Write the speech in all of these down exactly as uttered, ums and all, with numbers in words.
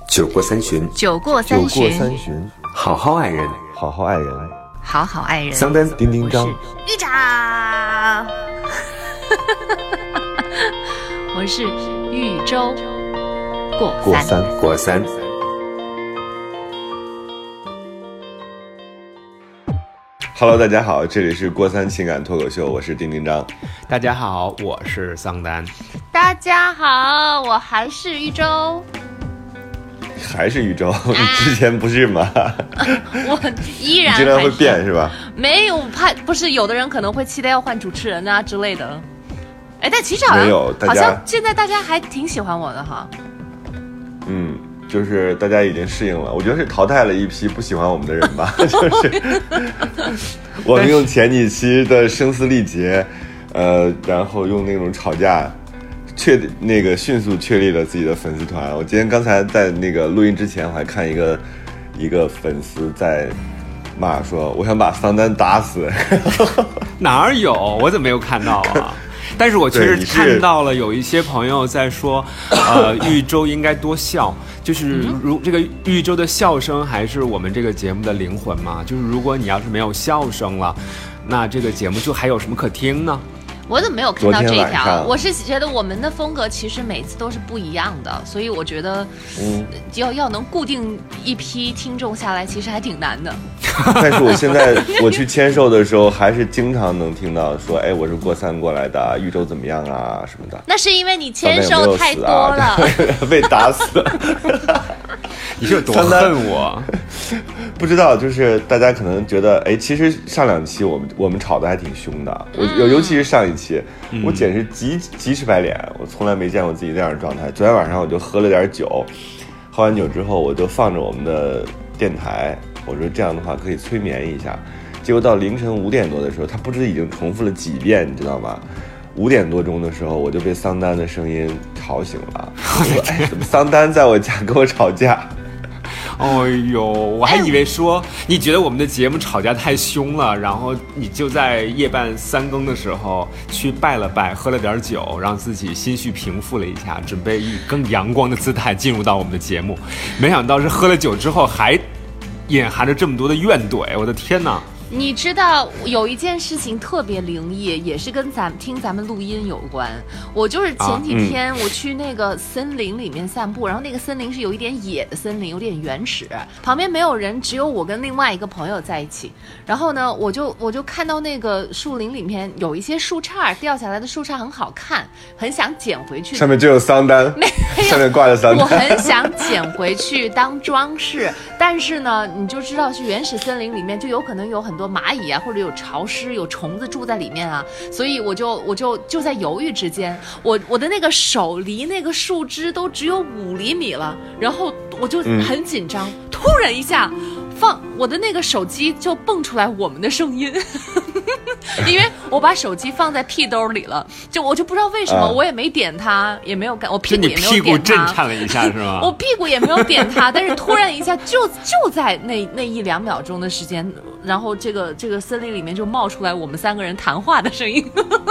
酒过三巡， 酒过三巡， 酒过三巡， 好好爱人， 好好爱人， 好好爱人。 桑丹， 丁丁张， 玉长，我是豫州过三， 过三， 过三。 Hello， 大家好，这里是过三情感脱口秀，我是丁丁张。 大家好，我是桑丹。 大家好，我还是豫州。 还是豫州，你之前不是吗？ 我依然你经常会变是吧？ 没有，怕不是有的人可能会期待要换主持人啊之类的。哎，但其实好像没有，大家好像现在大家还挺喜欢我的哈。 嗯，就是大家已经适应了，我觉得是淘汰了一批不喜欢我们的人吧。就是我们用前几期的声嘶力竭，呃，然后用那种吵架。确那个迅速确立了自己的粉丝团。我今天刚才在那个录音之前，我还看一个一个粉丝在骂说：“我想把桑丹打死。” 哪儿有？我怎么没有看到啊？但是我确实看到了有一些朋友在说，呃，豫州应该多笑，就是如这个豫州的笑声还是我们这个节目的灵魂嘛。就是如果你要是没有笑声了，那这个节目就还有什么可听呢？ 我怎么没有看到这一条？我是觉得我们的风格其实每次都是不一样的，所以我觉得，嗯，要要能固定一批听众下来，其实还挺难的。 但是我现在我去签售的时候，还是经常能听到说，哎，我是过三过来的，豫州怎么样啊什么的。 那是因为你签售太多了， 啊、被打死了。 你是有多恨我？ 不知道，就是大家可能觉得，哎，其实上两期我们我们吵得还挺凶的，我尤尤其是上一期，嗯、我简直急急赤白脸，我从来没见过自己这样的状态。昨天晚上我就喝了点酒，喝完酒之后我就放着我们的电台，我说这样的话可以催眠一下。结果到凌晨五点多的时候，他不知已经重复了几遍，你知道吗？五点多钟的时候，我就被桑丹的声音吵醒了。我说：“哎，怎么桑丹在我家跟我吵架？” 哦呦，我还以为说你觉得我们的节目吵架太凶了，然后你就在夜半三更的时候去拜了拜，喝了点酒，让自己心绪平复了一下，准备以更阳光的姿态进入到我们的节目。没想到是喝了酒之后还隐含着这么多的怨怼，我的天哪！ 你知道有一件事情特别灵异，也是跟咱们听咱们录音有关。我就是前几天我去那个森林里面散步，啊嗯、然后那个森林是有一点野的森林，有点原始，旁边没有人，只有我跟另外一个朋友在一起。然后呢，我就我就看到那个树林里面有一些树杈，掉下来的树杈很好看，很想捡回去。 上面就有桑丹，上面挂着桑丹。 我很想捡回去当装饰，但是呢，你就知道是原始森林里面就有可能有很多蚂蚁啊，或者有潮湿有虫子住在里面啊，所以我就我就就在犹豫之间，我我的那个手离那个树枝都只有五厘米了，然后我就很紧张，嗯、突然一下放我的那个手机就蹦出来我们的声音。因为我把手机放在屁兜里了，就我就不知道为什么，啊、我也没点它，也没有干，我屁股也没有点它， 你屁股震颤了一下是吗？ 我屁股也没有点它，但是突然一下就就在那那一两秒钟的时间，然后这个这个森林里面就冒出来我们三个人谈话的声音。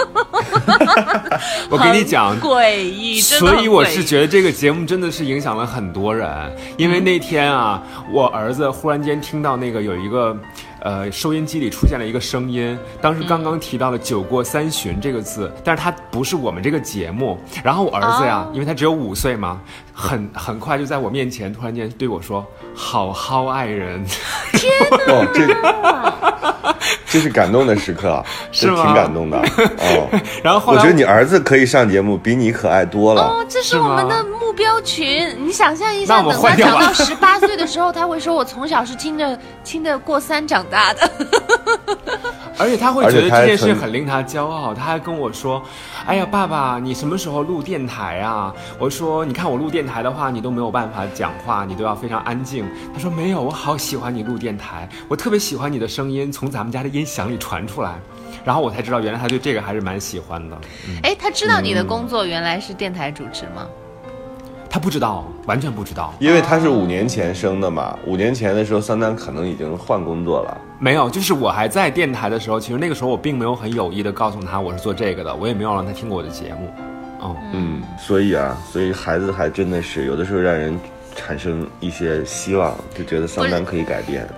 我跟你讲， 诡异，真的。 所以我是觉得这个节目真的是影响了很多人，因为那天啊，嗯、我儿子忽然间听到那个有一个。呃，收音机里出现了一个声音，当时刚刚提到了酒过三巡这个字，但是它不是我们这个节目。然后我儿子呀， oh. 因为他只有五岁嘛，很很快就在我面前突然间对我说：“好好爱人。” 天哪！ 哦，这这是感动的时刻， 是吗？ 挺感动的哦。 然后后来我觉得你儿子可以上节目，比你可爱多了。 哦，这是我们的目标群。你想象一下，等他长到十八岁的时候，他会说：“我从小是听着听着过三长大的。” 而且他会觉得这件事很令他骄傲，他还跟我说：“哎呀，爸爸，你什么时候录电台啊？”我说：“你看我录电台的话，你都没有办法讲话，你都要非常安静。”他说：“没有，我好喜欢你录电台，我特别喜欢你的声音从咱们家的音响里传出来。”然后我才知道，原来他对这个还是蛮喜欢的。 哎、嗯，他知道你的工作原来是电台主持吗？ 他不知道，完全不知道， 因为他是五年前生的嘛。五年前的时候，桑丹可能已经换工作了。 没有，就是我还在电台的时候，其实那个时候我并没有很有意的告诉他我是做这个的，我也没有让他听过我的节目。哦， 嗯，所以啊，所以孩子还真的是有的时候让人产生一些希望，就觉得桑丹可以改变。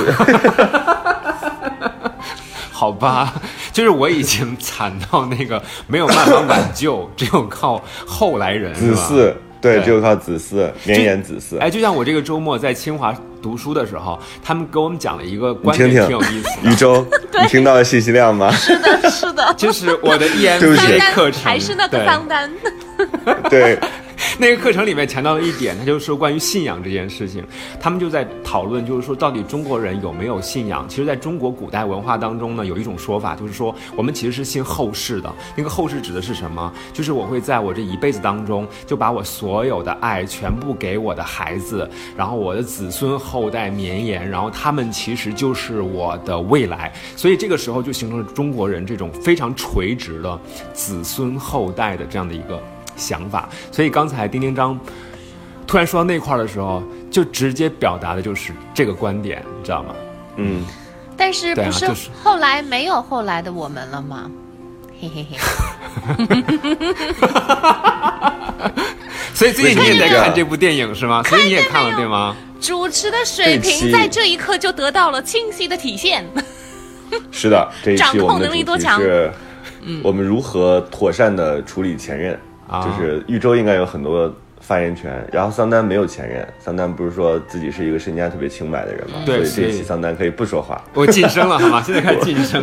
好吧，就是我已经惨到那个没有办法挽救，只有靠后来人。 子嗣，对，对只有靠子嗣，绵延子嗣。 哎，就像我这个周末在清华读书的时候，他们给我们讲了一个观点，挺有意思的。 宇宙，你听到了信息量吗？ 是的，是的， 就是我的 E M B A 课程， 还是那个桑丹。 对。 那个课程里面强调了一点，他就是说关于信仰这件事情，他们就在讨论，就是说到底中国人有没有信仰。其实在中国古代文化当中呢，有一种说法，就是说我们其实是信后世的。那个后世指的是什么？就是我会在我这一辈子当中，就把我所有的爱全部给我的孩子，然后我的子孙后代绵延，然后他们其实就是我的未来。所以这个时候就形成了中国人这种非常垂直的子孙后代的这样的一个想法。所以刚才丁丁章突然说到那块的时候，就直接表达的就是这个观点，你知道吗？ 嗯， 但是不是后来没有后来的我们了吗？嘿嘿嘿。 所以最近你也在看这部电影是吗？所以你也看了对吗？ 主持的水平在这一刻就得到了清晰的体现。 是的，这一期我们的主题是嗯， 我们如何妥善的处理前任。 啊、 就是豫州应该有很多发言权，然后桑丹没有前任，桑丹不是说自己是一个身家特别清白的人吗？ 对， 所以这一期桑丹可以不说话。 我晋升了好吗？现在开始晋升。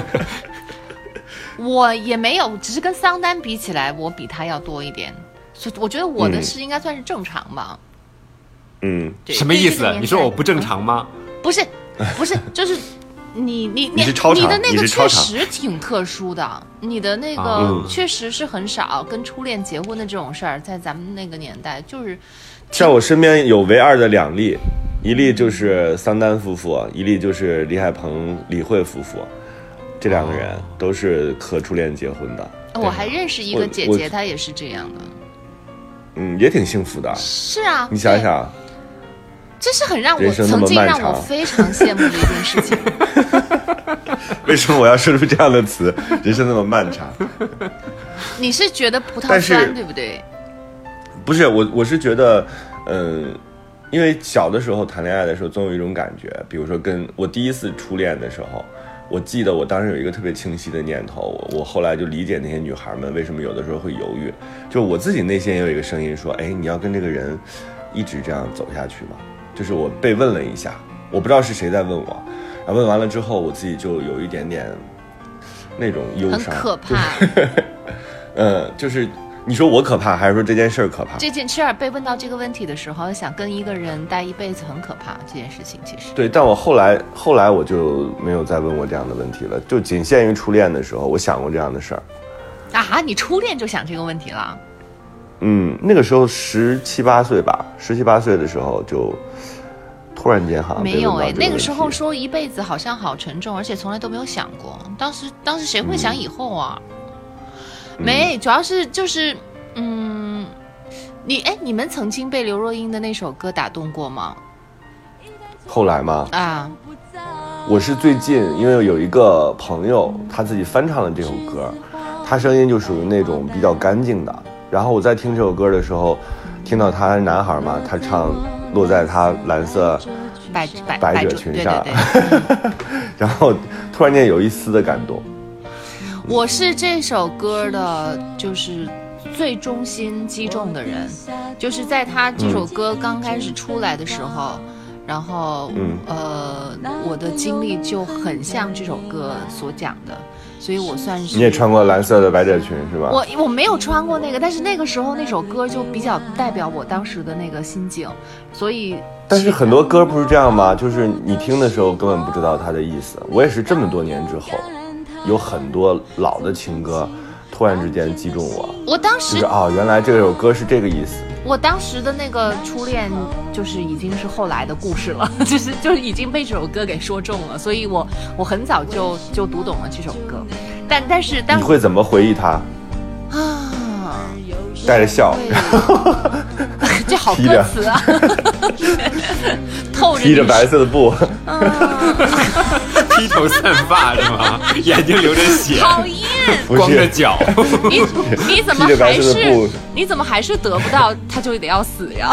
我也没有，只是跟桑丹比起来，我比他要多一点，所以我觉得我的事应该算是正常吧。 嗯， 什么意思？你说我不正常吗？ 不是，不是，就是你你你是超常， 你的那个确实挺特殊的，你的那个确实是很少跟初恋结婚的这种事儿，在咱们那个年代就是。 像我身边有唯二的两例，一例就是桑丹夫妇，一例就是李海鹏、李慧夫妇，这两个人都是和初恋结婚的。 我还认识一个姐姐，她也是这样的。 嗯，也挺幸福的。 是啊， 你想想。 这是很让我曾经让我非常羡慕的一件事情。 为什么我要说出这样的词？人生那么漫长。 你是觉得葡萄酸对不对？ 不是，我我是觉得，嗯，因为小的时候谈恋爱的时候总有一种感觉，比如说跟我第一次初恋的时候，我记得我当时有一个特别清晰的念头，我我后来就理解那些女孩们为什么有的时候会犹豫，就我自己内心也有一个声音说，哎，你要跟这个人一直这样走下去吗？就是我被问了一下，我不知道是谁在问我，然后问完了之后，我自己就有一点点那种忧伤， 很可怕。 嗯，就是你说我可怕，还是说这件事儿可怕？ 这件事儿被问到这个问题的时候，想跟一个人待一辈子很可怕。这件事情其实对，但我后来后来我就没有再问过这样的问题了，就仅限于初恋的时候，我想过这样的事儿。 啊，你初恋就想这个问题了？ 嗯，那个时候十七八岁吧，十七八岁的时候就突然间好像没有哎，那个时候说一辈子好像好沉重，而且从来都没有想过。当时当时谁会想以后啊？嗯、没，主要是就是嗯，你哎，你们曾经被刘若英的那首歌打动过吗？ 后来吗？ 啊， 我是最近因为有一个朋友他自己翻唱了这首歌，他声音就属于那种比较干净的。然后我在听这首歌的时候，听到他男孩嘛，他唱落在他蓝色百百百褶裙上， 对对对然后突然间有一丝的感动。 我是这首歌的，就是最衷心击中的人，就是在他这首歌刚开始出来的时候。嗯然后，嗯，呃，我的经历就很像这首歌所讲的，所以我算是你也穿过蓝色的百褶裙是吧？ 我我没有穿过那个，但是那个时候那首歌就比较代表我当时的那个心境，所以。 但是很多歌不是这样吗？就是你听的时候根本不知道它的意思。我也是这么多年之后，有很多老的情歌，突然之间击中我。 我当时就是哦，原来这首歌是这个意思。 我当时的那个初恋就是已经是后来的故事了，就是就是已经被这首歌给说中了，所以我我很早就就读懂了这首歌，但但是当你会怎么回忆它？ 啊， 带着笑， 这好歌词啊，透着披着白色的布， 披头散发是吗？眼睛流着血， 讨厌， 光着脚， 你你怎么还是你怎么还是得不到，他就得要死呀？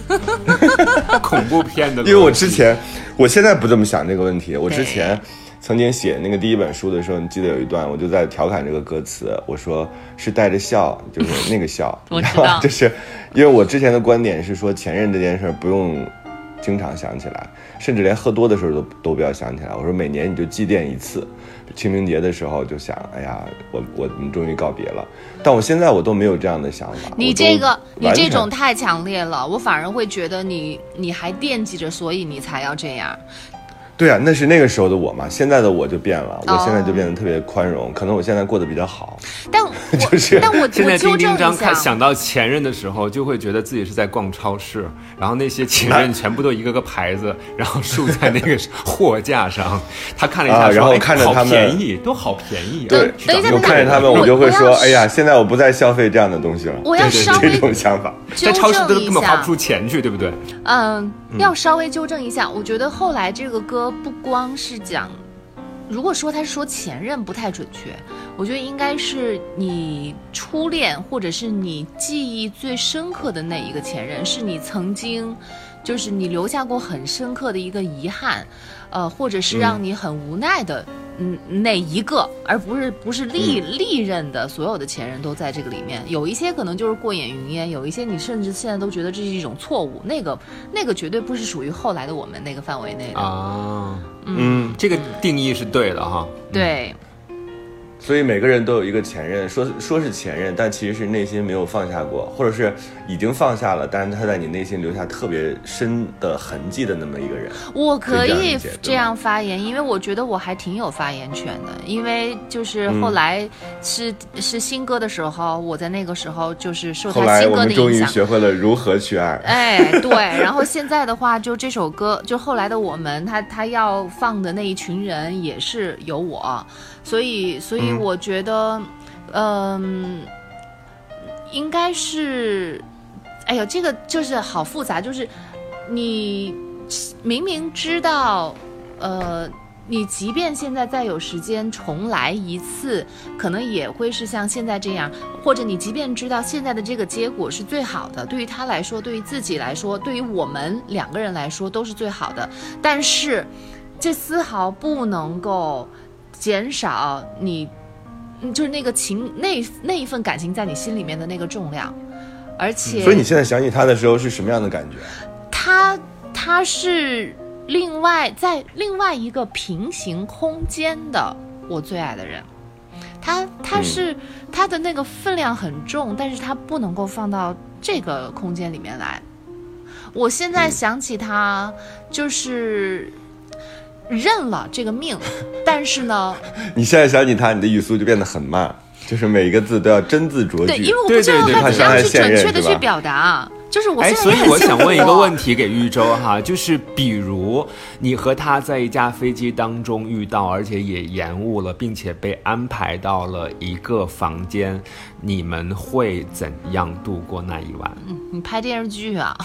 恐怖片的， 因为我之前，我现在不这么想这个问题。我之前曾经写那个第一本书的时候，你记得有一段，我就在调侃这个歌词，我说是带着笑，就是那个笑， 我知道， 就是因为我之前的观点是说，前任这件事不用经常想起来，甚至连喝多的时候都都不要想起来。我说每年你就祭奠一次。清明节的时候就想，哎呀，我我们终于告别了。但我现在我都没有这样的想法。 你这个你这种太强烈了，我反而会觉得你你还惦记着，所以你才要这样。 对啊，那是那个时候的我嘛，现在的我就变了，我现在就变得特别宽容，可能我现在过得比较好。 但就是， 但我现在丁丁张看想到前任的时候，就会觉得自己是在逛超市，然后那些前任全部都一个个牌子，然后竖在那个货架上。他看了一下说， 啊、然后看着他们、 哎、好便宜，都好便宜。 对，我看着他们，我就会说，哎呀，现在我不再消费这样的东西了。 我要稍微这种想法， 在超市都根本花不出钱去，对不对？ 嗯，要稍微纠正一下，我觉得后来这个歌不光是。是讲，如果说他是说前任不太准确，我觉得应该是你初恋或者是你记忆最深刻的那一个前任，是你曾经就是你留下过很深刻的一个遗憾，呃，或者是让你很无奈的嗯那一个，而不是不是历历任的所有的前任都在这个里面。有一些可能就是过眼云烟，有一些你甚至现在都觉得这是一种错误，那个那个绝对不是属于后来的我们那个范围内的啊。嗯，这个定义是对的哈。 对。 所以每个人都有一个前任，说说是前任，但其实是内心没有放下过，或者是已经放下了，但是他在你内心留下特别深的痕迹的那么一个人。 我可以这样发言，因为我觉得我还挺有发言权的，因为就是后来是、嗯、是新歌的时候，我在那个时候就是受他新歌的影响。后来我们终于学会了如何去爱。 哎，对，然后现在的话，就这首歌，就后来的我们，他他要放的那一群人也是有我。所以，所以我觉得，嗯、呃，应该是，哎呦，这个就是好复杂，就是你明明知道，呃，你即便现在再有时间重来一次，可能也会是像现在这样，或者你即便知道现在的这个结果是最好的，对于他来说，对于自己来说，对于我们两个人来说都是最好的，但是这丝毫不能够减少你就是那个情那那一份感情在你心里面的那个重量，而且所以你现在想起他的时候是什么样的感觉？ 他他是另外在另外一个平行空间的我最爱的人，他他是、嗯、他的那个分量很重，但是他不能够放到这个空间里面来。我现在想起他就是认了这个命，但是呢，你现在想起他，你的语速就变得很慢，就是每一个字都要斟字酌句。 对，因为我不知道该怎样去准确的去表达。就是我现在所以我想问一个问题给玉州哈，就是比如你和他在一架飞机当中遇到，而且也延误了，并且被安排到了一个房间，你们会怎样度过那一晚？ 嗯，你拍电视剧啊？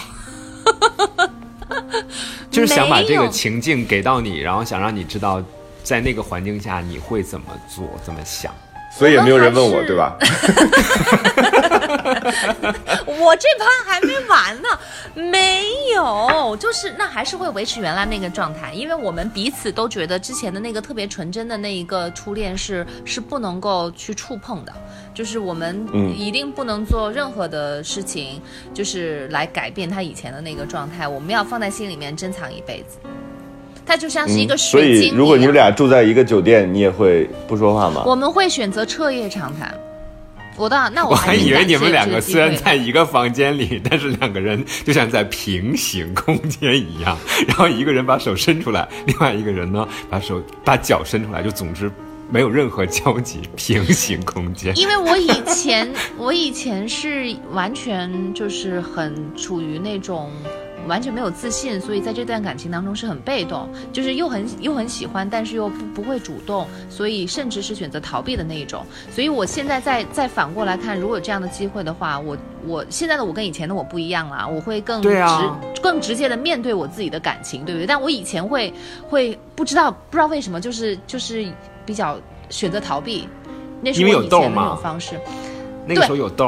就是想把这个情境给到你，然后想让你知道在那个环境下你会怎么做怎么想， 所以也没有人问我，对吧？ 我这趴还没完呢，没有，就是那还是会维持原来那个状态，因为我们彼此都觉得之前的那个特别纯真的那一个初恋是是不能够去触碰的，就是我们一定不能做任何的事情，嗯、就是来改变他以前的那个状态，我们要放在心里面珍藏一辈子。它就像是一个水晶、嗯、 所以如果你们俩住在一个酒店，你也会不说话吗？ 我们会选择彻夜长谈。我的那我还以为你们两个虽然在一个房间里，但是两个人就像在平行空间一样，然后一个人把手伸出来，另外一个人呢把手把脚伸出来，就总之没有任何交集，平行空间。 因为我以前我以前是完全就是很处于那种完全没有自信，所以在这段感情当中是很被动，就是又很又很喜欢，但是又不不会主动，所以甚至是选择逃避的那一种。所以我现在再再反过来看，如果有这样的机会的话，我我现在的我跟以前的我不一样啦，我会更直、啊、更直接的面对我自己的感情，对不对？但我以前会会不知道不知道为什么，就是就是比较选择逃避，那是我以前的那种方式。 那个时候有痘。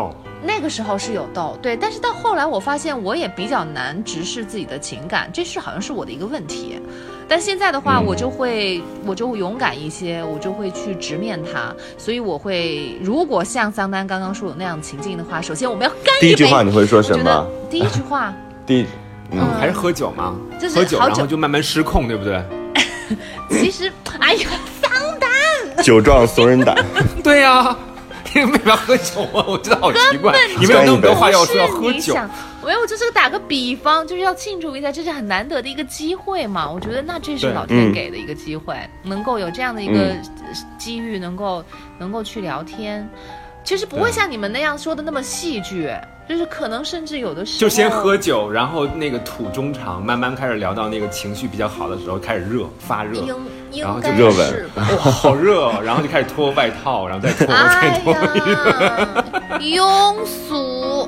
那个时候是有逗，对，但是到后来我发现我也比较难直视自己的情感，这是好像是我的一个问题。但现在的话，我就会、嗯、我就会勇敢一些，我就会去直面它。所以我会，如果像桑丹刚刚说有那样的情境的话，首先我们要干一杯。 第一句话你会说什么？ 第一句话， 第一， 嗯，嗯还是喝酒吗？ 就是喝酒，然后就慢慢失控，对不对？ 其实，哎呀，桑丹， 酒壮怂人胆。 对呀、啊。你为什么要喝酒啊？我觉得好奇怪，你们有那么多话要说要喝酒。 没有，就是打个比方，就是要庆祝一下，这是很难得的一个机会嘛。我觉得那这是老天给的一个机会，嗯、能够有这样的一个机遇，能够能够去聊天。其实不会像你们那样说的那么戏剧，就是可能甚至有的时候就先喝酒，然后那个吐中肠，慢慢开始聊到那个情绪比较好的时候，开始热发热，然后就热吻， 哇、哦，好热，然后就开始脱外套，然后再脱，再脱， 哎、庸俗。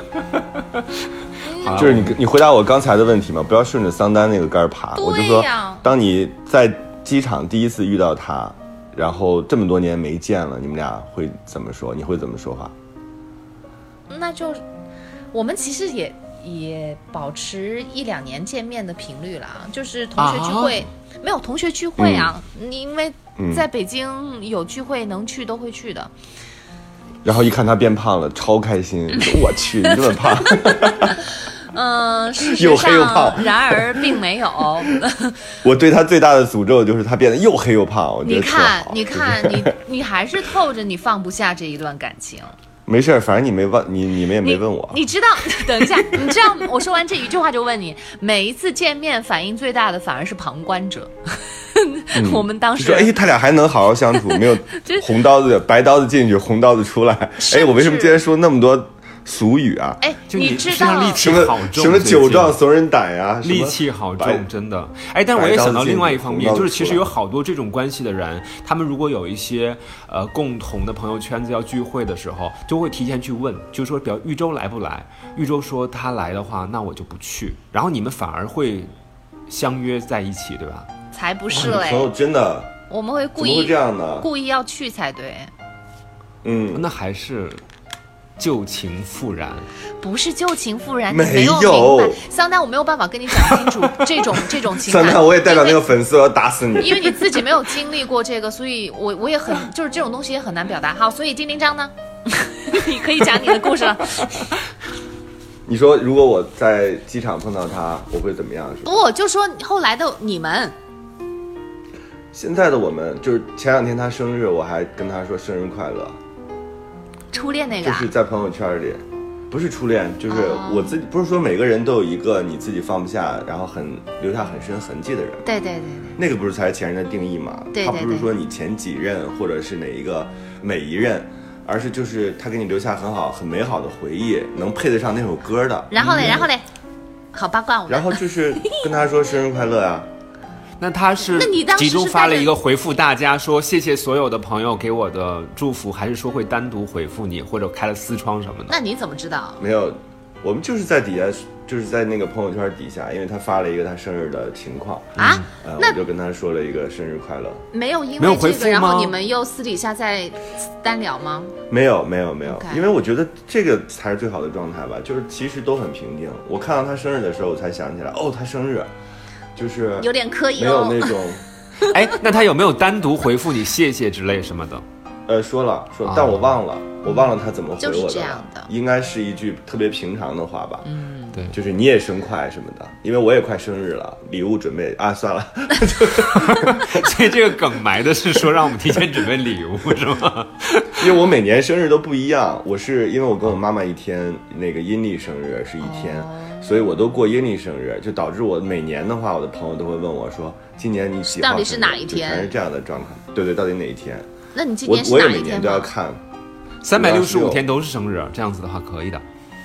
就是你你回答我刚才的问题嘛，不要顺着桑丹那个杆爬。我就说，当你在机场第一次遇到他。然后这么多年没见了，你们俩会怎么说？你会怎么说话？ 那就我们其实也也保持一两年见面的频率啦，就是同学聚会、啊、没有同学聚会啊，嗯、因为在北京有聚会能去都会去的。 然后一看他变胖了，超开心，我去，你这么胖。 嗯，事又黑又胖， 然而并没有。 我对他最大的诅咒就是他变得又黑又胖。我觉得你看，你看，你你还是透着你放不下这一段感情。 没事，反正你没问你，你们也没问我。 你, 你知道？等一下，你知道我说完这一句话就问你，每一次见面反应最大的反而是旁观者。嗯、我们当时说，哎，他俩还能好好相处，没有红刀子、白刀子进去，红刀子出来。哎，我为什么今天说那么多？俗语啊， 哎， 你知道力气好重， 什么酒壮怂人胆呀， 力气好重，真的。哎，但我也想到另外一方面，就是其实有好多这种关系的人，他们如果有一些呃共同的朋友圈子要聚会的时候，就会提前去问，就说比如豫州来不来？豫州说他来的话，那我就不去。然后你们反而会相约在一起，对吧？ 才不是嘞！ 朋友真的， 我们会故意会这样的， 故意要去才对。 嗯， 那还是。旧情复燃， 不是旧情复燃， 没你没有明白。桑丹，我没有办法跟你讲清楚这种这种情感。 桑丹，我也代表那个粉丝，我要打死你。 因为你自己没有经历过这个，所以我我也很就是这种东西也很难表达。好，所以丁丁章呢，你可以讲你的故事了。 你说，如果我在机场碰到他，我会怎么样？ 不，就说后来的你们。 现在的我们，就是前两天他生日，我还跟他说生日快乐。 初恋那个、啊、 就是在朋友圈里，不是初恋，就是我自己。不是说每个人都有一个你自己放不下，然后很留下很深痕迹的人。 对对对对， 那个不是才是前任的定义嘛？ 对对对， 他不是说你前几任或者是哪一个每一任，而是就是他给你留下很好很美好的回忆，能配得上那首歌的。 然后呢，然后呢，好八卦我们。 然后就是跟他说生日快乐啊。 那他是集中发了一个回复大家说谢谢所有的朋友给我的祝福，还是说会单独回复你，或者开了私窗什么的？ 那你怎么知道？ 没有，我们就是在底下，就是在那个朋友圈底下，因为他发了一个他生日的情况啊， 呃，我就跟他说了一个生日快乐。 没有因为这个，然后你们又私底下再单聊吗？ 没有，没有，没有， okay. 因为我觉得这个才是最好的状态吧，就是其实都很平静。我看到他生日的时候，我才想起来，哦，他生日。就是有点刻意、哦， 没有那种， 哎，那他有没有单独回复你谢谢之类什么的？ 呃，说了说，啊、但我忘了，我忘了他怎么回我的了。 就是这样的， 应该是一句特别平常的话吧。 嗯， 对， 就是你也生快什么的，因为我也快生日了，礼物准备啊，算了。 所以这个梗埋的是说让我们提前准备礼物是吗？ 因为我每年生日都不一样，我是因为我跟我妈妈一天那个阴历生日是一天。哦，所以我都过阴历生日，就导致我每年的话，我的朋友都会问我说：“今年你几号？ 到底是哪一天？” 全是这样的状态。对对，到底哪一天？ 那你今年是哪一天？ 我我也每年都要看， 三百六十五天都是生日，这样子的话可以的。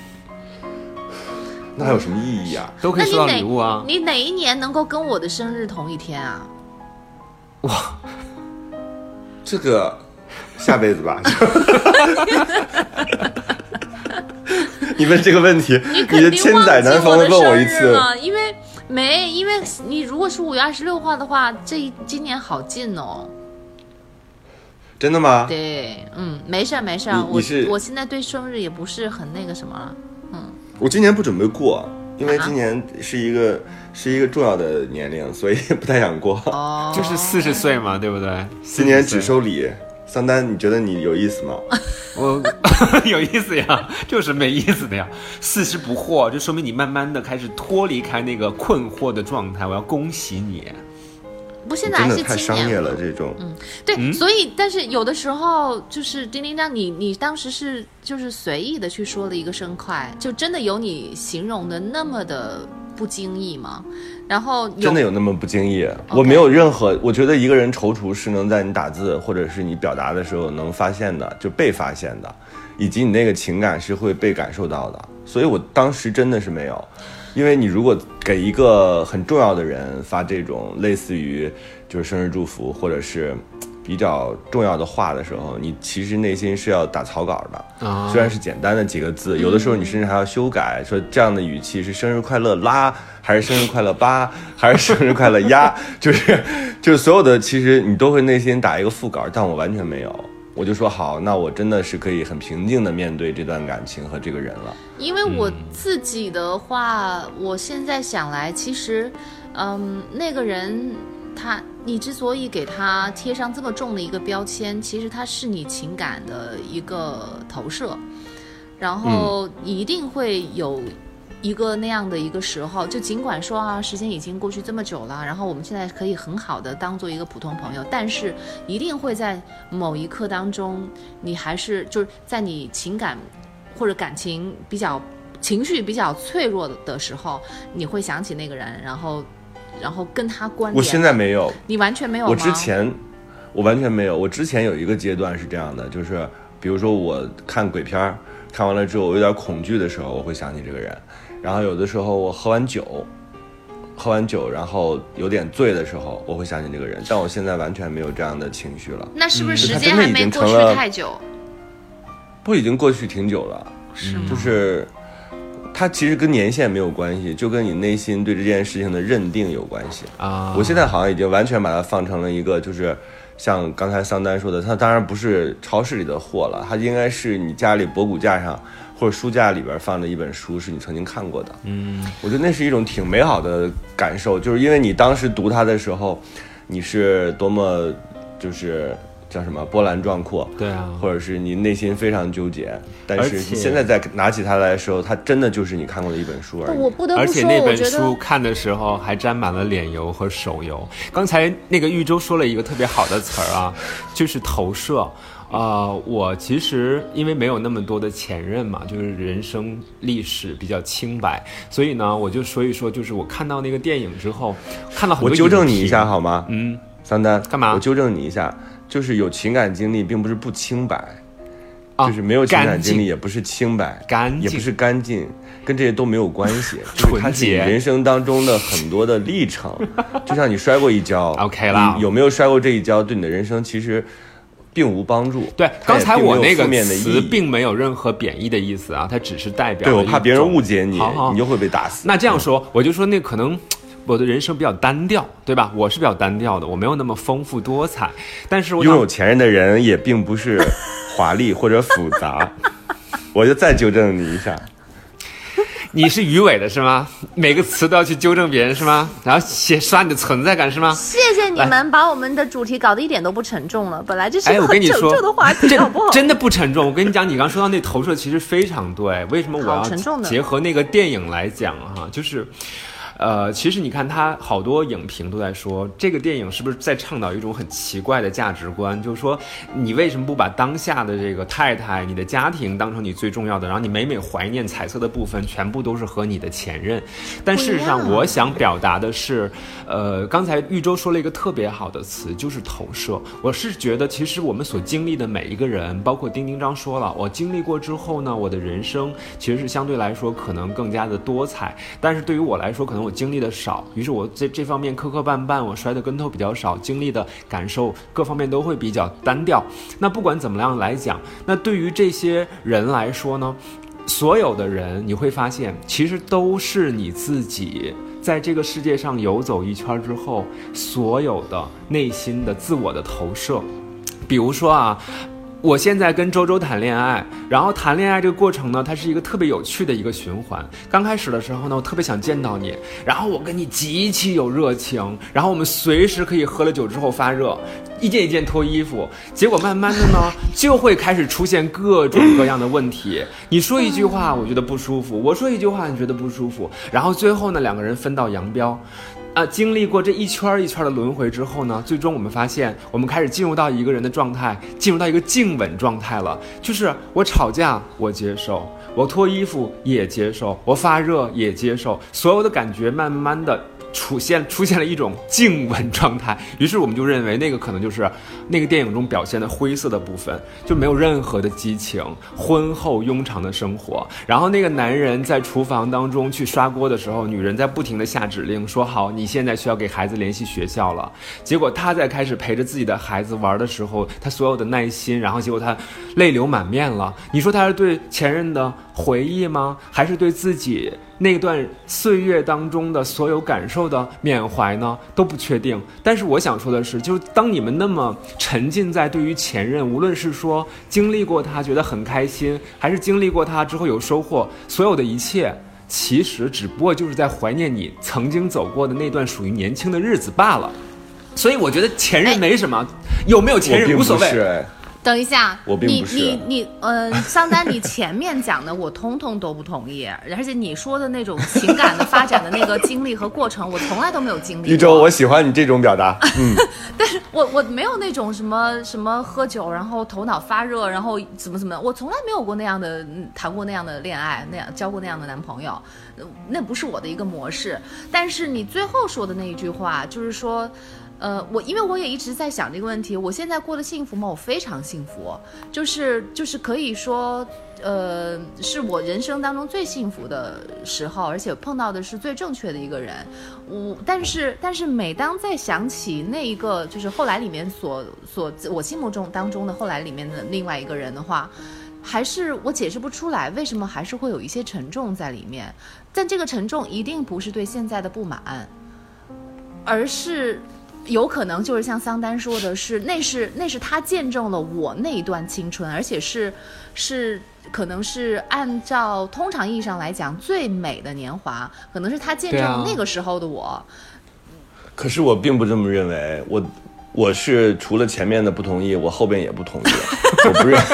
那还有什么意义啊？ 都可以收到礼物啊！ 你哪一年能够跟我的生日同一天啊？ 哇，这个下辈子吧。你问这个问题， 你的千载难逢的问我一次， 因为没，因为你如果是五月二十六号的话，这今年好近哦。 真的吗？ 对，嗯，没事没事，我我现在对生日也不是很那个什么了，嗯。 我今年不准备过，因为今年是一个、啊、是一个重要的年龄，所以不太想过。 哦， 就是四十岁嘛，对不对？ 今年只收礼。桑丹，你觉得你有意思吗？ 我有意思呀，就是没意思的呀。四十不惑，就说明你慢慢的开始脱离开那个困惑的状态。我要恭喜你。 不，现在还是真的太商业了，这种。 嗯，对，嗯、所以，但是有的时候就是丁丁张，你你当时是就是随意的去说了一个生快，就真的有你形容的那么的不经意吗？然后真的有那么不经意？ Okay. 我没有任何，我觉得一个人踌躇是能在你打字或者是你表达的时候能发现的，就被发现的，以及你那个情感是会被感受到的。所以我当时真的是没有。因为你如果给一个很重要的人发这种类似于就是生日祝福或者是比较重要的话的时候，你其实内心是要打草稿的、哦、虽然是简单的几个字，有的时候你甚至还要修改，说这样的语气是生日快乐啦，还是生日快乐吧，还是生日快乐呀，就是就是所有的其实你都会内心打一个副稿，但我完全没有。我就说好，那我真的是可以很平静的面对这段感情和这个人了。 因为我自己的话、嗯、我现在想来其实嗯，那个人他你之所以给他贴上这么重的一个标签，其实他是你情感的一个投射，然后一定会有一个那样的一个时候，就尽管说啊，时间已经过去这么久了，然后我们现在可以很好的当做一个普通朋友，但是一定会在某一刻当中，你还是就是在你情感或者感情比较情绪比较脆弱的时候，你会想起那个人，然后然后跟他关联。 我现在没有。 你完全没有吗？ 我之前我完全没有。我之前有一个阶段是这样的，就是比如说我看鬼片，看完了之后我有点恐惧的时候，我会想起这个人。然后有的时候我喝完酒喝完酒然后有点醉的时候，我会想起这个人。但我现在完全没有这样的情绪了。 那是不是时间还没过去太久？ 不，已经过去挺久了。 是吗？ 就是它其实跟年限没有关系，就跟你内心对这件事情的认定有关系啊。我现在好像已经完全把它放成了一个，就是像刚才桑丹说的，它当然不是超市里的货了，它应该是你家里博古架上或者书架里边放的一本书，是你曾经看过的。嗯，我觉得那是一种挺美好的感受，就是因为你当时读它的时候，你是多么就是叫什么波澜壮阔， 对啊， 或者是你内心非常纠结，但是你现在再拿起它来的时候，它真的就是你看过的一本书而已。 我不得不说， 而且那本书看的时候还沾满了脸油和手油。刚才那个玉州说了一个特别好的词儿啊，就是投射。啊、呃，我其实因为没有那么多的前任嘛，就是人生历史比较清白，所以呢，我就说一说，就是我看到那个电影之后，看到很多我纠正你一下好吗？ 嗯， 桑丹， 干嘛？ 我纠正你一下，就是有情感经历，并不是不清白，啊、就是没有情感经历也不是清白， 干净也不是干净，跟这些都没有关系， 纯洁。 它是你人生当中的很多的历程，就像你摔过一跤 ，OK 啦， 有没有摔过这一跤，对你的人生其实并无帮助。 对，刚才我那个词并没有任何贬义的意思啊，它只是代表。 对，我怕别人误解你， 好好你就会被打死。 那这样说，我就说那可能我的人生比较单调，对吧？我是比较单调的，我没有那么丰富多彩。但是我拥有前任的人也并不是华丽或者复杂。我就再纠正你一下。 你是鱼尾的是吗？每个词都要去纠正别人是吗？然后写刷你的存在感是吗？ 谢谢你们把我们的主题搞得一点都不沉重了，本来这是一个很沉重的话题，好不好？ 真的不沉重。我跟你讲，你刚说到那投射其实非常对。为什么我要结合那个电影来讲哈？就是呃，其实你看，他好多影评都在说，这个电影是不是在倡导一种很奇怪的价值观？就是说，你为什么不把当下的这个太太、你的家庭当成你最重要的？然后你每每怀念彩色的部分，全部都是和你的前任。但事实上，我想表达的是，呃，刚才玉州说了一个特别好的词，就是投射。我是觉得，其实我们所经历的每一个人，包括丁丁章说了，我经历过之后呢，我的人生其实是相对来说可能更加的多彩。但是对于我来说，可能我经历的少，于是我这这方面磕磕绊绊，我摔的跟头比较少，经历的感受各方面都会比较单调。那不管怎么样来讲，那对于这些人来说呢，所有的人你会发现，其实都是你自己在这个世界上游走一圈之后，所有的内心的自我的投射。 比如说啊。我现在跟周周谈恋爱，然后谈恋爱这个过程呢，它是一个特别有趣的一个循环。刚开始的时候呢，我特别想见到你，然后我跟你极其有热情，然后我们随时可以喝了酒之后发热，一件一件脱衣服。结果慢慢的呢，就会开始出现各种各样的问题。你说一句话，我觉得不舒服；我说一句话，你觉得不舒服。然后最后呢，两个人分道扬镳。啊，经历过这一圈一圈的轮回之后呢，最终我们发现，我们开始进入到一个人的状态，进入到一个静稳状态了。就是我吵架我接受，我脱衣服也接受，我发热也接受，所有的感觉慢慢的出现出现了一种静稳状态。于是我们就认为那个可能就是那个电影中表现的灰色的部分，就没有任何的激情，婚后庸常的生活。然后那个男人在厨房当中去刷锅的时候，女人在不停的下指令，说好你现在需要给孩子联系学校了。结果他在开始陪着自己的孩子玩的时候，他所有的耐心，然后结果他泪流满面了。你说他是对前任的回忆吗？还是对自己那段岁月当中的所有感受的缅怀呢？都不确定。但是我想说的是，就是当你们那么沉浸在对于前任，无论是说经历过他觉得很开心，还是经历过他之后有收获，所有的一切其实只不过就是在怀念你曾经走过的那段属于年轻的日子罢了。所以我觉得前任没什么，哎、有没有前任无所谓。 等一下， 我并不是你你你，呃，桑丹，你前面讲的我通通都不同意，而且你说的那种情感的发展的那个经历和过程，我从来都没有经历过。 一周，我喜欢你这种表达，嗯， 但是我我没有那种什么什么喝酒，然后头脑发热，然后怎么怎么，我从来没有过那样的谈过那样的恋爱，那样交过那样的男朋友，那不是我的一个模式。但是你最后说的那一句话，就是说。呃，我因为我也一直在想这个问题，我现在过得幸福吗？我非常幸福，就是就是可以说，呃，是我人生当中最幸福的时候，而且碰到的是最正确的一个人。我但是但是每当再想起那一个就是后来里面所所我心目中当中的后来里面的另外一个人的话，还是我解释不出来为什么还是会有一些沉重在里面。但这个沉重一定不是对现在的不满，而是。有可能就是像桑丹说的是，那是那是他见证了我那一段青春，而且是是可能是按照通常意义上来讲最美的年华，可能是他见证了那个时候的我。啊、 可是我并不这么认为，我我是除了前面的不同意，我后边也不同意，我不认。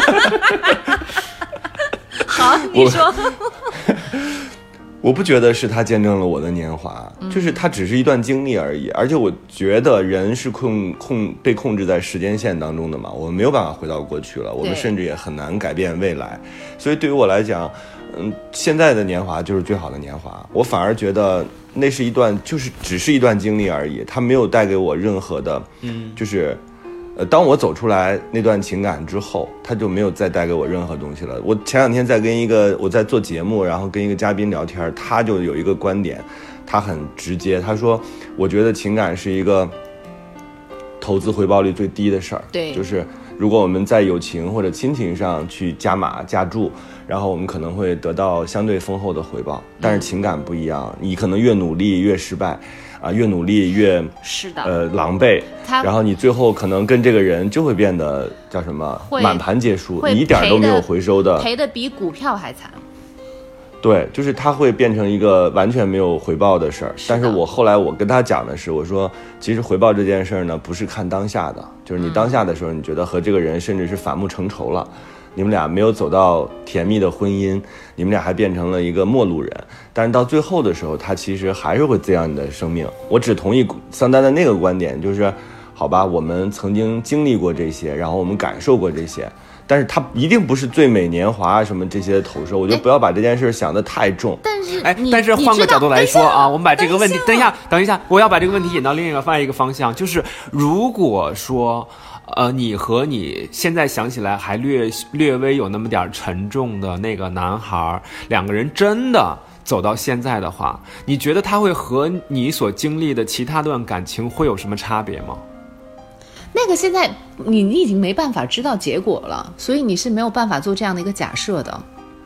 好，你说。 我不觉得是他见证了我的年华，嗯、就是他只是一段经历而已。而且我觉得人是控控被控制在时间线当中的嘛，我们没有办法回到过去了，我们甚至也很难改变未来。所以对于我来讲，嗯，现在的年华就是最好的年华。我反而觉得那是一段，就是只是一段经历而已，它没有带给我任何的，嗯，就是。呃，当我走出来那段情感之后，他就没有再带给我任何东西了。我前两天在跟一个我在做节目，然后跟一个嘉宾聊天，他就有一个观点，他很直接，他说：“我觉得情感是一个投资回报率最低的事儿。 对， 就是如果我们在友情或者亲情上去加码加注，然后我们可能会得到相对丰厚的回报，但是情感不一样，你可能越努力越失败。”啊，越努力越是的， 呃，狼狈。然后你最后可能跟这个人就会变得叫什么？满盘皆输，你一点都没有回收的， 赔的比股票还惨。 对，就是他会变成一个完全没有回报的事儿。但是我后来我跟他讲的是，我说其实回报这件事儿呢，不是看当下的，就是你当下的时候，你觉得和这个人甚至是反目成仇了。你们俩没有走到甜蜜的婚姻，你们俩还变成了一个陌路人，但是到最后的时候，他其实还是会滋养你的生命。我只同意桑丹的那个观点，就是好吧，我们曾经经历过这些，然后我们感受过这些，但是它一定不是最美年华什么这些投射，我觉得不要把这件事想得太重。 但是哎，但是换个角度来说啊，我们把这个问题，等一下，等一下，我要把这个问题引到另一个另一个方向，就是如果说。呃，你和你现在想起来还略略微有那么点沉重的那个男孩，两个人真的走到现在的话，你觉得他会和你所经历的其他段感情会有什么差别吗？ 那个现在你你已经没办法知道结果了，所以你是没有办法做这样的一个假设的。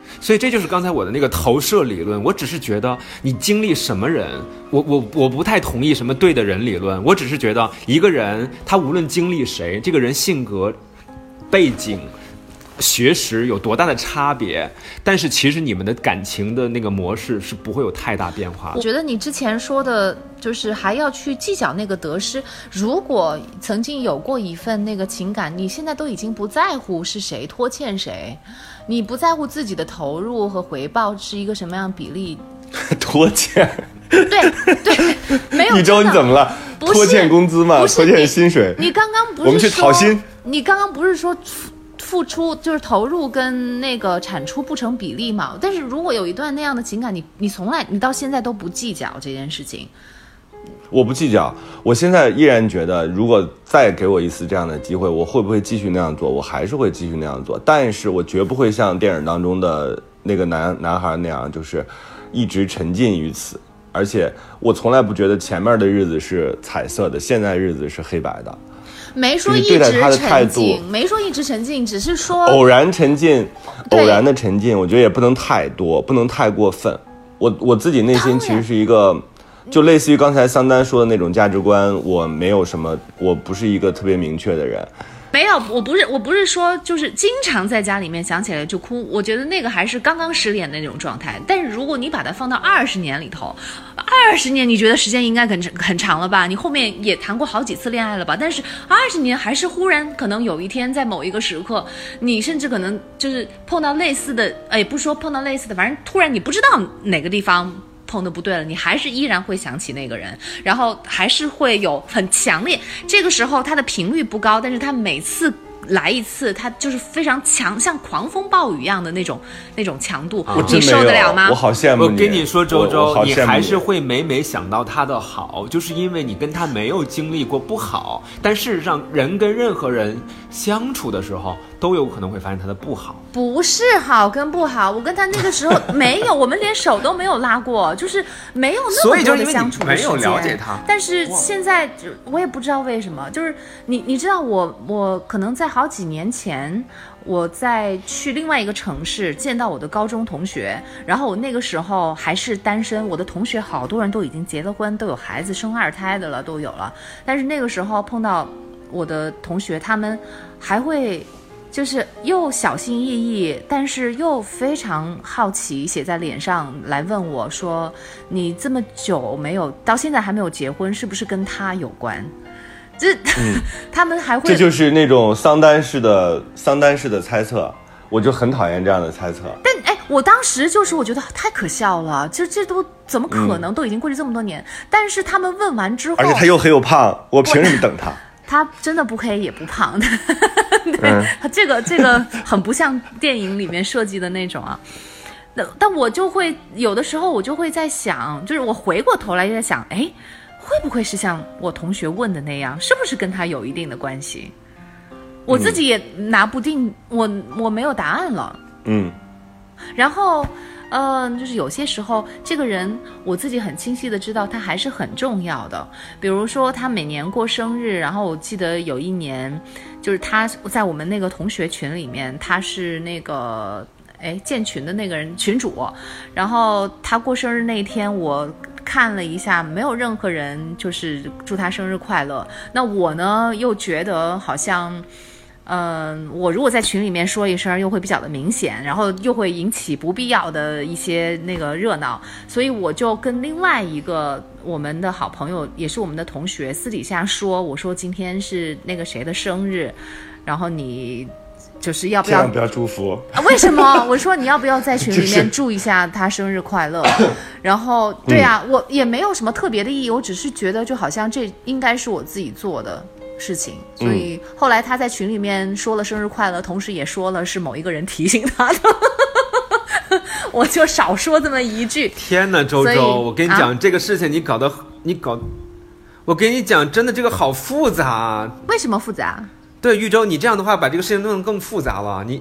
所以这就是刚才我的那个投射理论。我只是觉得你经历什么人，我我我不太同意什么对的人理论。我只是觉得一个人他无论经历谁，这个人性格、背景、学识有多大的差别，但是其实你们的感情的那个模式是不会有太大变化的。 我觉得你之前说的就是还要去计较那个得失，如果曾经有过一份那个情感，你现在都已经不在乎是谁拖欠谁，你不在乎自己的投入和回报是一个什么样比例。 拖欠， 对对，没有。 一周你怎么了？拖欠工资吗？拖欠薪水？ 你刚刚不是说我们去讨薪？ 你刚刚不是说付出就是投入跟那个产出不成比例嘛？但是如果有一段那样的情感，你你从来你到现在都不计较这件事情。 我不计较，我现在依然觉得，如果再给我一次这样的机会，我会不会继续那样做？我还是会继续那样做，但是我绝不会像电影当中的那个男男孩那样，就是一直沉浸于此。而且我从来不觉得前面的日子是彩色的，现在日子是黑白的。 没说一直沉浸，没说一直沉浸，只是说偶然沉浸，偶然的沉浸，我觉得也不能太多，不能太过分。我我自己内心其实是一个。就类似于刚才桑丹说的那种价值观，我没有什么，我不是一个特别明确的人。 没有，我不是，我不是说就是经常在家里面想起来就哭，我觉得那个还是刚刚失恋的那种状态。但是如果你把它放到二十年里头，二十年你觉得时间应该很很长了吧？你后面也谈过好几次恋爱了吧？但是二十年还是忽然可能有一天在某一个时刻，你甚至可能就是碰到类似的，哎，不说碰到类似的，反正突然你不知道哪个地方碰的不对了，你还是依然会想起那个人，然后还是会有很强烈，这个时候它的频率不高，但是它每次来一次，它就是非常强，像狂风暴雨一样的那种那种强度， 我你受得了吗？ 我好羡慕你。 我跟你说，周周， 你还是会每每想到他的好，就是因为你跟他没有经历过不好，但事实上，人跟任何人相处的时候，都有可能会发现他的不好。 不是好跟不好，我跟他那个时候没有，我们连手都没有拉过，就是没有那么多的相处的时间。 没有了解他， 但是现在我也不知道为什么，就是你你知道我我可能在好几年前，我在去另外一个城市见到我的高中同学，然后我那个时候还是单身，我的同学好多人都已经结了婚，都有孩子生二胎的了，都有了。但是那个时候碰到我的同学，他们还会就是又小心翼翼，但是又非常好奇，写在脸上来问我说，你这么久没有到现在还没有结婚，是不是跟他有关？这、嗯、他们还会， 这就是那种桑丹式的桑丹式的猜测，我就很讨厌这样的猜测。 但哎，我当时就是我觉得太可笑了，这这都怎么可能？嗯、都已经过去这么多年，但是他们问完之后， 而且他又黑又胖，我凭什么等他？ 他真的不黑也不胖的，对、嗯、他这个这个很不像电影里面设计的那种啊。但我就会有的时候我就会在想，就是我回过头来就在想，哎，会不会是像我同学问的那样，是不是跟他有一定的关系？我自己也拿不定，我我没有答案了。嗯，然后。嗯、呃，就是有些时候这个人我自己很清晰的知道他还是很重要的，比如说他每年过生日，然后我记得有一年就是他在我们那个同学群里面，他是那个哎建群的那个人群主，然后他过生日那一天我看了一下，没有任何人就是祝他生日快乐，那我呢又觉得好像嗯，我如果在群里面说一声，又会比较的明显，然后又会引起不必要的一些那个热闹，所以我就跟另外一个我们的好朋友，也是我们的同学，私底下说，我说今天是那个谁的生日，然后你就是要不要千万不要祝福、 啊？为什么？我说你要不要在群里面祝一下他生日快乐？就是、然后对啊、嗯，我也没有什么特别的意义，我只是觉得就好像这应该是我自己做的事情，所以后来他在群里面说了生日快乐，同时也说了是某一个人提醒他的，我就少说这么一句。 天哪，周周，我跟你讲、啊、这个事情你搞得你搞，我跟你讲，真的这个好复杂。 为什么复杂？ 对，玉州，你这样的话把这个事情弄得更复杂了。你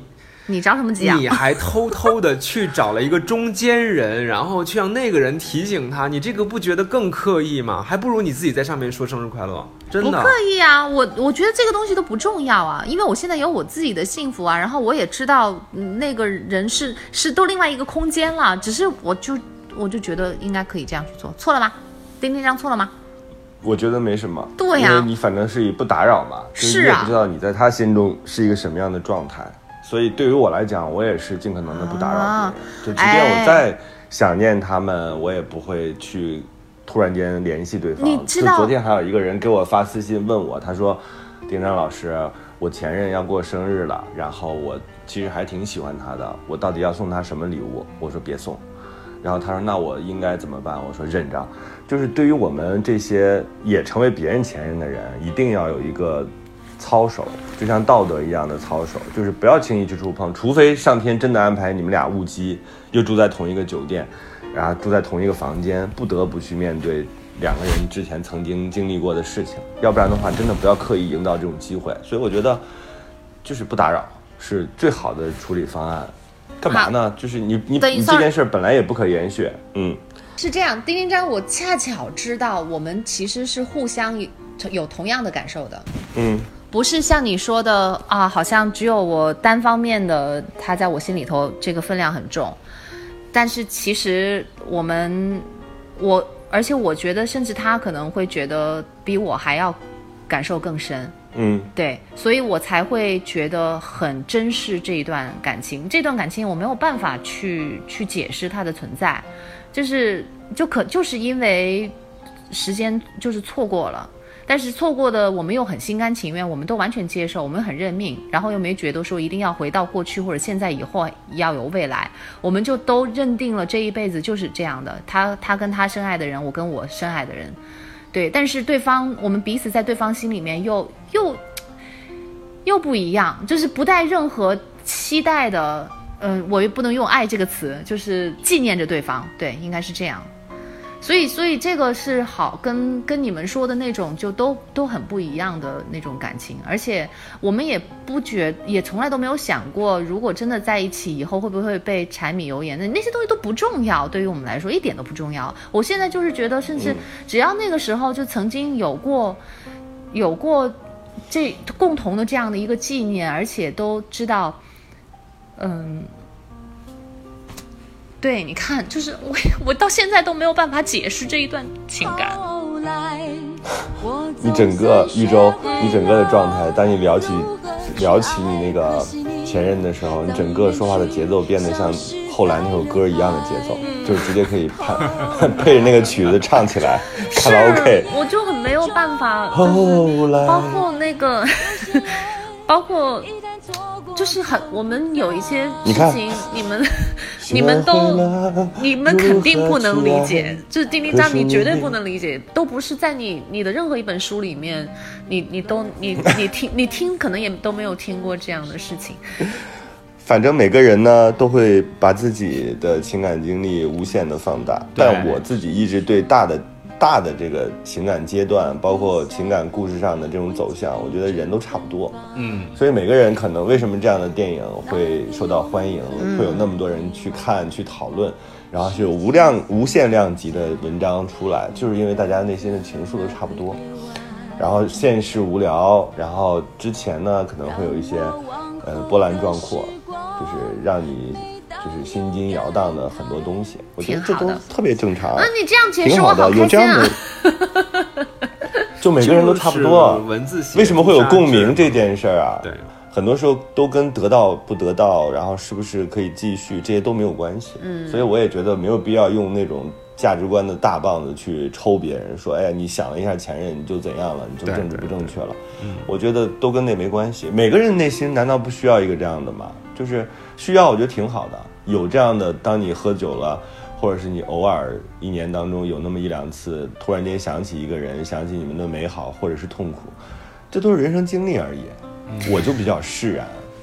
你着什么急啊？ 你还偷偷的去找了一个中间人，然后去让那个人提醒他，你这个不觉得更刻意吗？还不如你自己在上面说生日快乐，真的。 不刻意啊，我我觉得这个东西都不重要啊，因为我现在有我自己的幸福啊，然后我也知道、嗯、那个人是是都另外一个空间了，只是我就我就觉得应该可以这样去做，错了吗？丁丁张错了吗？ 我觉得没什么， 对呀、啊， 因为你反正是以不打扰嘛， 是啊， 你也不知道你在他心中是一个什么样的状态，所以对于我来讲，我也是尽可能的不打扰别人、啊、就即便我再想念他们、哎、我也不会去突然间联系对方。 你知道， 就昨天还有一个人给我发私信问我，他说丁张老师，我前任要过生日了，然后我其实还挺喜欢他的，我到底要送他什么礼物？我说别送。然后他说那我应该怎么办？我说忍着。就是对于我们这些也成为别人前任的人，一定要有一个操守，就像道德一样的操守，就是不要轻易去触碰，除非上天真的安排你们俩误机，又住在同一个酒店，然后住在同一个房间，不得不去面对两个人之前曾经经历过的事情，要不然的话真的不要刻意营造这种机会。所以我觉得就是不打扰是最好的处理方案。干嘛呢？就是你你你这件事本来也不可延续。嗯， 是这样，丁丁张，我恰巧知道我们其实是互相有同样的感受的。 嗯， 不是像你说的啊，好像只有我单方面的他在我心里头这个分量很重，但是其实我们我而且我觉得甚至他可能会觉得比我还要感受更深。 嗯， 对，所以我才会觉得很珍视这一段感情。这段感情我没有办法去去解释它的存在，就是就可就是因为时间就是错过了，但是错过的我们又很心甘情愿，我们都完全接受，我们很认命，然后又没觉得说一定要回到过去或者现在以后要有未来，我们就都认定了这一辈子就是这样的。他他跟他深爱的人，我跟我深爱的人。对，但是对方，我们彼此在对方心里面又又又不一样，就是不带任何期待的，嗯、呃，我又不能用爱这个词，就是纪念着对方，对，应该是这样。所以，所以这个是好，跟跟你们说的那种就都都很不一样的那种感情，而且我们也不觉，也从来都没有想过，如果真的在一起以后会不会被柴米油盐的那些东西都不重要，对于我们来说一点都不重要。我现在就是觉得，甚至只要那个时候就曾经有过，有过这共同的这样的一个纪念，而且都知道，嗯。对，你看，就是我，我到现在都没有办法解释这一段情感。 你整个一周，你整个的状态，当你聊起聊起你那个前任的时候，你整个说话的节奏变得像后来那首歌一样的节奏，嗯、就是直接可以配配着那个曲子唱起来，卡拉 OK。 我就很没有办法， 后来， 包括那个，包括。就是很，我们有一些事情，你们你们都你们肯定不能理解，就是丁丁张，你绝对不能理解，都不是在你你的任何一本书里面，你你都你你听你听，可能也都没有听过这样的事情。 反正每个人呢都会把自己的情感经历无限的放大，但我自己一直对大的。大的这个情感阶段，包括情感故事上的这种走向，我觉得人都差不多。 嗯， 所以每个人可能为什么这样的电影会受到欢迎， 嗯、 会有那么多人去看、去讨论，然后是有无量、无限量级的文章出来，就是因为大家内心的情愫都差不多。然后现实无聊，然后之前呢可能会有一些呃波澜壮阔，就是让你。就是心惊摇荡的很多东西，我觉得这都特别正常。 那你这样解释我好开心啊！有这样的，就每个人都差不多。 文字为什么会有共鸣这件事啊？ 对， 很多时候都跟得到不得到，然后是不是可以继续，这些都没有关系。 嗯， 所以我也觉得没有必要用那种价值观的大棒子去抽别人，说哎呀，你想了一下前任，你就怎样了，你就政治不正确了。 嗯， 我觉得都跟那没关系。每个人内心难道不需要一个这样的吗？就是需要，我觉得挺好的。有这样的，当你喝酒了，或者是你偶尔一年当中有那么一两次，突然间想起一个人，想起你们的美好或者是痛苦，这都是人生经历而已。我就比较释然，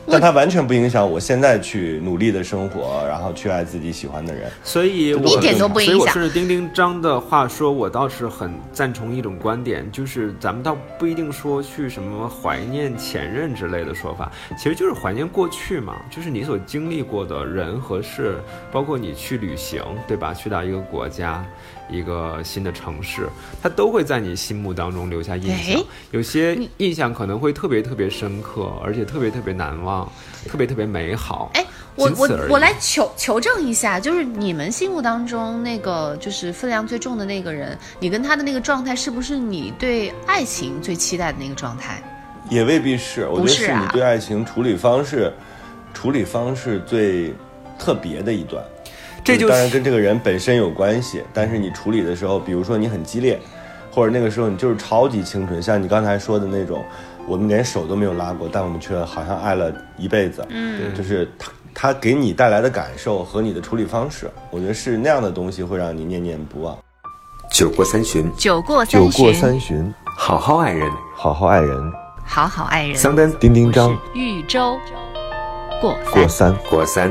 但它完全不影响我现在去努力的生活，然后去爱自己喜欢的人。 所以我一点都不影响。 所以我顺着丁丁张的话说，我倒是很赞同一种观点，就是咱们倒不一定说去什么怀念前任之类的说法，其实就是怀念过去嘛，就是你所经历过的人和事，包括你去旅行，对吧？去到一个国家。一个新的城市，它都会在你心目当中留下印象，有些印象可能会特别特别深刻，而且特别特别难忘，特别特别美好。 哎，我我我来求求证一下，就是你们心目当中那个就是分量最重的那个人，你跟他的那个状态，是不是你对爱情最期待的那个状态？ 也未必是，我觉得是你对爱情处理方式，处理方式最特别的一段。 这就是当然跟这个人本身有关系，但是你处理的时候，比如说你很激烈，或者那个时候你就是超级清纯，像你刚才说的那种，我们连手都没有拉过，但我们却好像爱了一辈子。嗯，就是他他给你带来的感受和你的处理方式，我觉得是那样的东西会让你念念不忘。 酒过三巡， 酒过三巡，酒过三巡， 好好爱人， 好好爱人， 好好爱人。 桑丹、 丁丁张、 豫州过过三， 过三。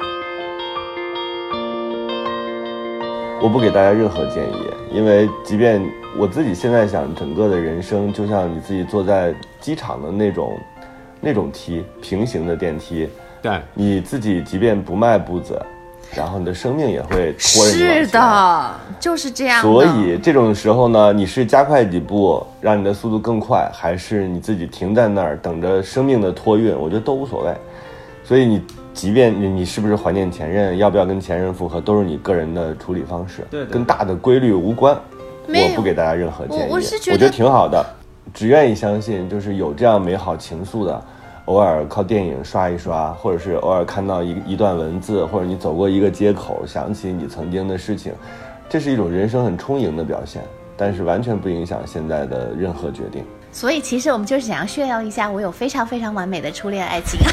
我不给大家任何建议，因为即便我自己现在想，整个的人生就像你自己坐在机场的那种那种梯，平行的电梯， 对， 你自己即便不迈步子，然后你的生命也会拖着你往前。 是的，就是这样的。 所以这种时候呢，你是加快几步让你的速度更快，还是你自己停在那儿等着生命的托运，我觉得都无所谓。所以你即便你你是不是怀念前任，要不要跟前任复合，都是你个人的处理方式， 对对对， 跟大的规律无关。我不给大家任何建议， 我, 我是觉得我觉得挺好的，只愿意相信就是有这样美好情愫的，偶尔靠电影刷一刷，或者是偶尔看到一一段文字，或者你走过一个街口想起你曾经的事情，这是一种人生很充盈的表现，但是完全不影响现在的任何决定。 所以其实我们就是想要炫耀一下我有非常非常完美的初恋爱情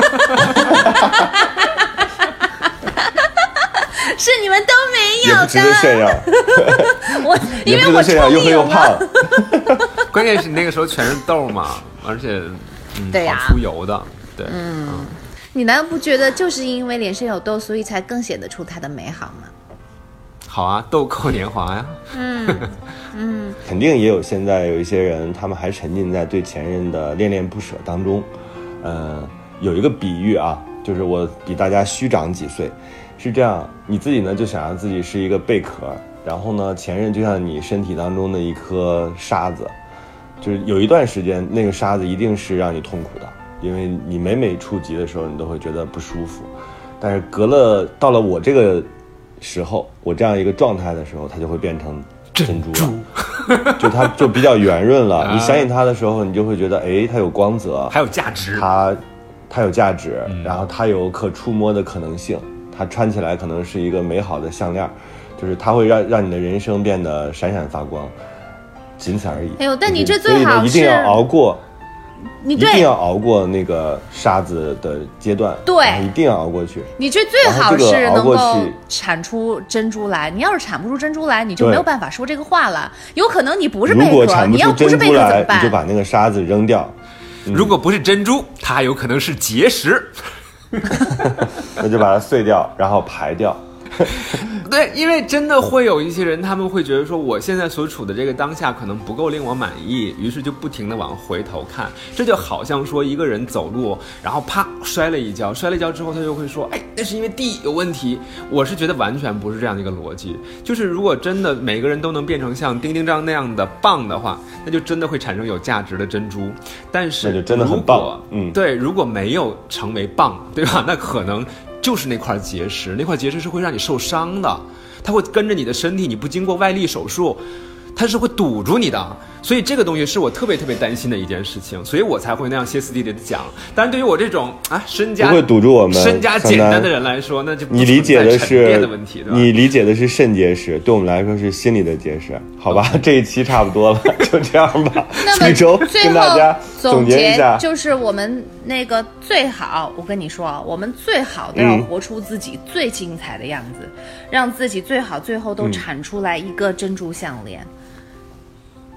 是你们都没有的， 也不值得炫耀我因为我炫耀，又黑又胖关键是你那个时候全是痘嘛，而且嗯， 对呀、 好出油的，对， 嗯，嗯你难道不觉得就是因为脸上有痘，所以才更显得出它的美好吗？ 好啊，豆蔻年华呀。 嗯嗯， 肯定也有现在有一些人，他们还沉浸在对前任的恋恋不舍当中。呃，有一个比喻啊，就是我比大家虚长几岁，是这样，你自己呢就想让自己是一个贝壳，然后呢前任就像你身体当中的一颗沙子，就是有一段时间那个沙子一定是让你痛苦的，因为你每每触及的时候你都会觉得不舒服，但是隔了到了我这个时候，我这样一个状态的时候，它就会变成珍珠了，就它就比较圆润了。你想起它的时候，你就会觉得，哎，它有光泽， 还有价值， 它它有价值， 嗯、 然后它有可触摸的可能性，它穿起来可能是一个美好的项链，就是它会让让你的人生变得闪闪发光，仅此而已。 哎呦，但你这最好是， 所以呢，一定要熬过。 你一定要熬过那个沙子的阶段， 对， 一定要熬过去。 你这最好是能够产出珍珠来。你要是产不出珍珠来，你就没有办法说这个话了。有可能你不是贝壳， 如果产不出珍珠来， 你要不是贝壳怎么办？ 你就把那个沙子扔掉。 嗯、如果不是珍珠，它还有可能是结石， 那就把它碎掉，然后排掉。 对，因为真的会有一些人，他们会觉得说，我现在所处的这个当下可能不够令我满意，于是就不停地往回头看。这就好像说一个人走路，然后啪摔了一跤，摔了一跤之后，他就会说，哎，那是因为地有问题。我是觉得完全不是这样的一个逻辑。就是如果真的每个人都能变成像丁丁张那样的棒的话，那就真的会产生有价值的珍珠。但是那就真的很棒。嗯， 对，如果没有成为棒，对吧？那可能就是那块结石，那块结石是会让你受伤的，它会跟着你的身体，你不经过外力手术，它是会堵住你的。所以这个东西是我特别特别担心的一件事情，所以我才会那样歇斯底里的讲。但对于我这种啊身家不会堵住我们身家简单的人来说，那就不你理解的是的问题，对吧？ 你理解的是肾结石，对我们来说是心理的结石，好吧？这一期差不多了，就这样吧。 那么最后跟大家总结一下， 就是我们那个最好，我跟你说，我们最好都要活出自己最精彩的样子，嗯、让自己最好最后都产出来一个珍珠项链。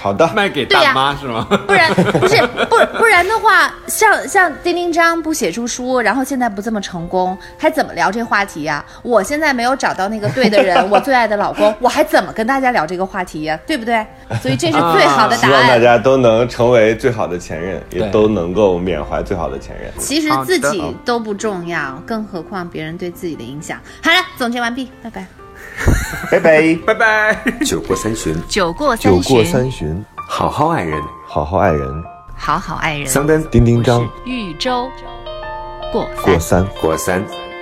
好的， 卖给大妈、是吗？ 不然不是不不然的话，像像丁丁张不写出书，然后现在不这么成功，还怎么聊这话题呀？我现在没有找到那个对的人，我最爱的老公，我还怎么跟大家聊这个话题呀？对不对？所以这是最好的答案。 希望大家都能成为最好的前任，也都能够缅怀最好的前任。 其实自己都不重要，更何况别人对自己的影响。好了，总结完毕，拜拜。 拜拜拜拜。 酒过三巡， 酒过三巡， 酒过三巡， 好好爱人， 好好爱人， 好好爱人。 桑丹丁丁张， 豫州过过三， 过三。